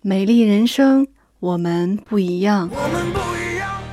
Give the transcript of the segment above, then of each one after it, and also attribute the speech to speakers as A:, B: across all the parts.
A: 美丽人生，我们不一样。
B: 我们不一样，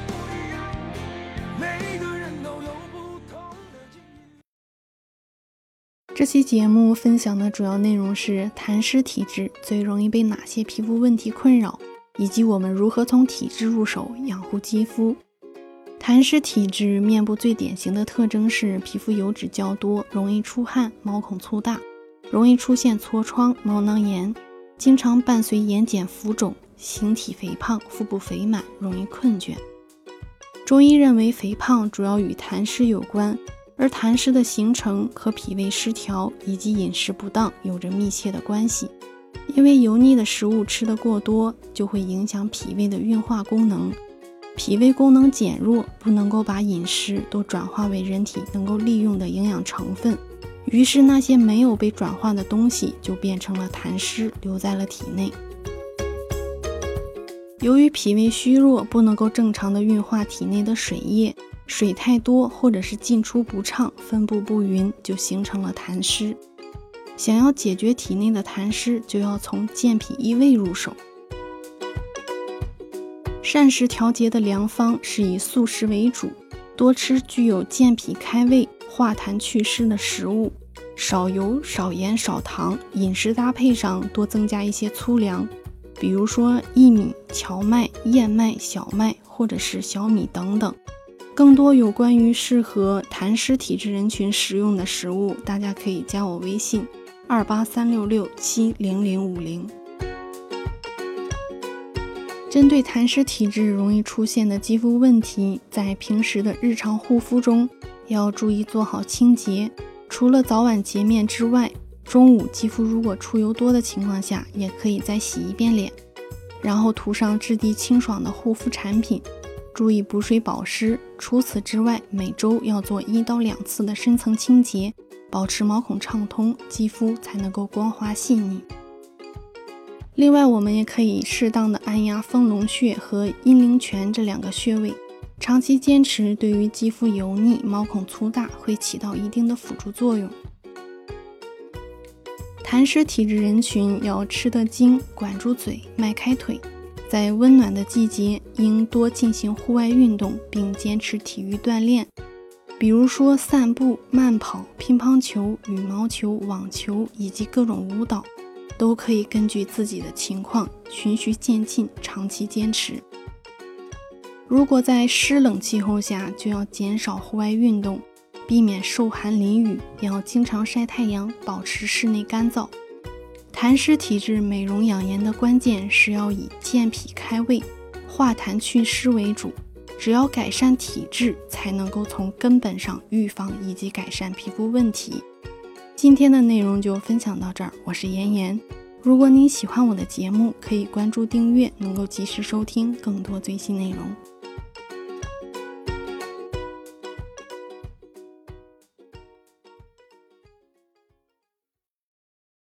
B: 每个人都有不同的境遇。
C: 这期节目分享的主要内容是痰湿体质最容易被哪些皮肤问题困扰，以及我们如何从体质入手养护肌肤。痰湿体质面部最典型的特征是皮肤油脂较多，容易出汗，毛孔粗大，容易出现痤疮、毛囊炎，经常伴随眼睑浮肿，形体肥胖，腹部肥满，容易困倦。中医认为肥胖主要与痰湿有关，而痰湿的形成和脾胃失调以及饮食不当有着密切的关系。因为油腻的食物吃得过多，就会影响脾胃的运化功能，脾胃功能减弱，不能够把饮食都转化为人体能够利用的营养成分，于是那些没有被转化的东西就变成了痰湿，留在了体内。由于脾胃虚弱，不能够正常的运化体内的水液，水太多或者是进出不畅，分布不匀，就形成了痰湿。想要解决体内的痰湿，就要从健脾益胃入手。膳食调节的良方是以素食为主，多吃具有健脾开胃、化痰祛湿的食物，少油、少盐、少糖，饮食搭配上多增加一些粗粮，比如说薏米、荞麦、燕麦、小麦或者是小米等等。更多有关于适合痰湿体质人群食用的食物，大家可以加我微信28366705050。针对痰湿体质容易出现的肌肤问题，在平时的日常护肤中要注意做好清洁。除了早晚洁面之外，中午肌肤如果出油多的情况下，也可以再洗一遍脸，然后涂上质地清爽的护肤产品，注意补水保湿。除此之外，每周要做1到2次的深层清洁，保持毛孔畅通，肌肤才能够光滑细腻。另外，我们也可以适当的按压丰隆穴和阴陵泉这2个穴位，长期坚持对于肌肤油腻、毛孔粗大会起到一定的辅助作用。痰湿体质人群要吃得精，管住嘴，迈开腿，在温暖的季节应多进行户外运动，并坚持体育锻炼，比如说散步、慢跑、乒乓球、羽毛球、网球以及各种舞蹈，都可以根据自己的情况循序渐进，长期坚持。如果在湿冷气候下，就要减少户外运动，避免受寒淋雨，要经常晒太阳，保持室内干燥。痰湿体质美容养颜的关键是要以健脾开胃、化痰祛湿为主，只要改善体质，才能够从根本上预防以及改善皮肤问题。今天的内容就分享到这儿，我是妍妍。如果您喜欢我的节目，可以关注订阅，能够及时收听更多最新内容。